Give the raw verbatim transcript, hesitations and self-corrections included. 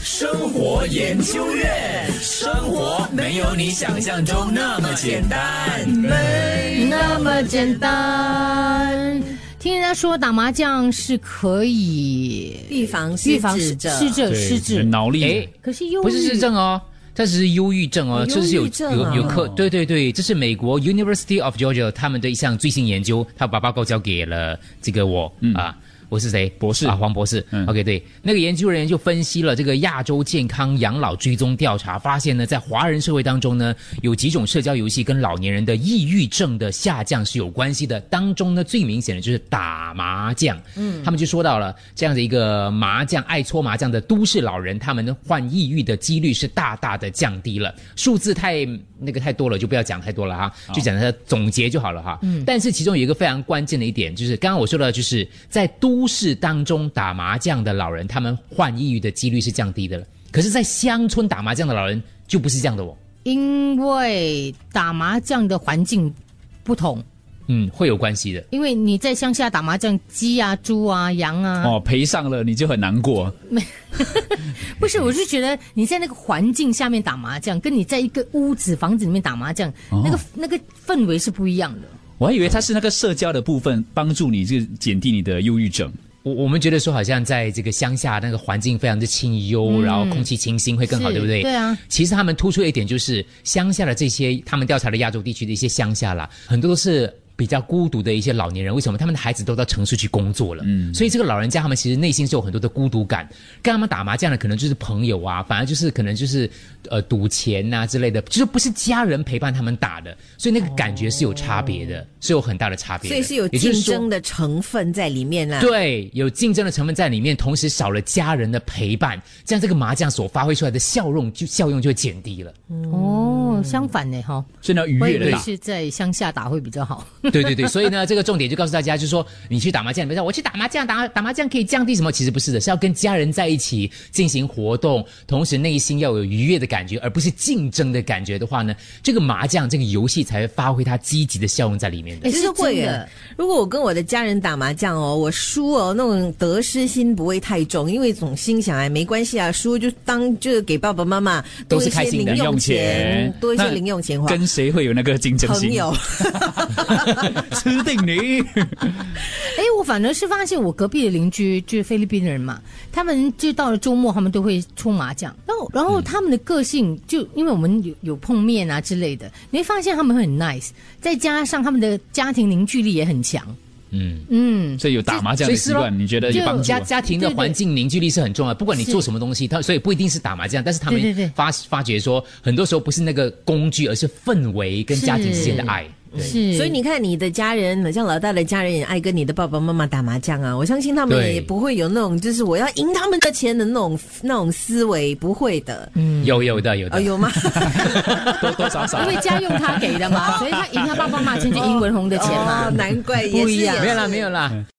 生活研究院，生活没有你想象中那么简单， 没那么简单。听人家说打麻将是可以预防预防失智失智失智脑力， 诶可是忧郁不是失症哦，这只是忧郁症哦， 哦这是有忧郁症啊有有课，对对对，这是美国 University of Georgia 他们的一项最新研究，他把报告交给了这个我、嗯、啊。我是谁？ 博士啊，黄博士。嗯、OK， 对，那个研究人员就分析了这个亚洲健康养老追踪调查，发现呢，在华人社会当中呢，有几种社交游戏跟老年人的抑郁症的下降是有关系的。当中呢，最明显的就是打麻将。嗯，他们就说到了这样的一个麻将爱搓麻将的都市老人，他们患抑郁的几率是大大的降低了。数字太那个太多了，就不要讲太多了哈，就讲它总结就好了哈。嗯，但是其中有一个非常关键的一点，就是刚刚我说的，就是在都市当中打麻将的老人，他们患抑郁的几率是降低的了。可是，在乡村打麻将的老人就不是这样的哦， 因为打麻将的环境不同。 嗯，会有关系的。 因为你在乡下打麻将，鸡啊、猪啊、羊啊， 哦，赔上了你就很难过。 不是，我是觉得你在那个环境下面打麻将，跟你在一个屋子、房子里面打麻将，哦、那个那个氛围是不一样的。 我还以为它是那个社交的部分帮助你，就减低你的忧郁症。 我我们觉得说，好像在这个乡下那个环境非常的清幽，嗯、然后空气清新会更好，对不对？ 对啊。 其实他们突出的一点就是乡下的这些，他们调查的亚洲地区的一些乡下啦，很多都是比较孤独的一些老年人。为什么？他们的孩子都到城市去工作了，嗯，所以这个老人家他们其实内心是有很多的孤独感。跟他们打麻将的可能就是朋友啊，反而就是可能就是呃赌钱啊之类的，就是不是家人陪伴他们打的，所以那个感觉是有差别的，哦、是有很大的差别的。 所以是有竞争的成分在里面啊。 对，有竞争的成分在里面，同时少了家人的陪伴，这样这个麻将所发挥出来的效用就效用就会减低了。 嗯、哦，相反呢哈， 所以呢愉悦的打， 是在乡下打会比较好。 对对对，所以呢，这个重点就告诉大家，就是说你去打麻将，你不要说我去打麻将，打打麻将可以降低什么？其实不是的，是要跟家人在一起进行活动，同时内心要有愉悦的感觉，而不是竞争的感觉的话呢，这个麻将这个游戏才会发挥它积极的效用在里面的。 其实会的。如果我跟我的家人打麻将哦，我输哦，那种得失心不会太重，因为总心想哎，没关系啊，输就当就给爸爸妈妈多一些零用钱，多一些零用钱花。 跟谁会有那个竞争心？ 朋友。 吃定你！ 哎，我反而是发现我隔壁的邻居就是菲律宾人嘛，他们就到了周末他们都会搓麻将，然后然后他们的个性就因为我们有有碰面啊之类的，你会发现他们会很 nice， 再加上他们的家庭凝聚力也很强。 嗯嗯， 所以有打麻将的习惯，你觉得有帮助？ 家家庭的环境凝聚力是很重要，不管你做什么东西，他所以不一定是打麻将，但是他们发发觉说，很多时候不是那个工具，而是氛围跟家庭之间的爱。 是， 所以你看你的家人，像老大的家人也爱跟你的爸爸妈妈打麻将啊，我相信他们也不会有那种就是我要赢他们的钱的那种那种思维，不会的。 嗯，有有的有的、 哦、有吗？ 多多少少， 因为家用他给的嘛，所以他赢他爸爸妈妈钱就赢文红的钱嘛， 哦、难怪也是不一样。 没有啦没有啦。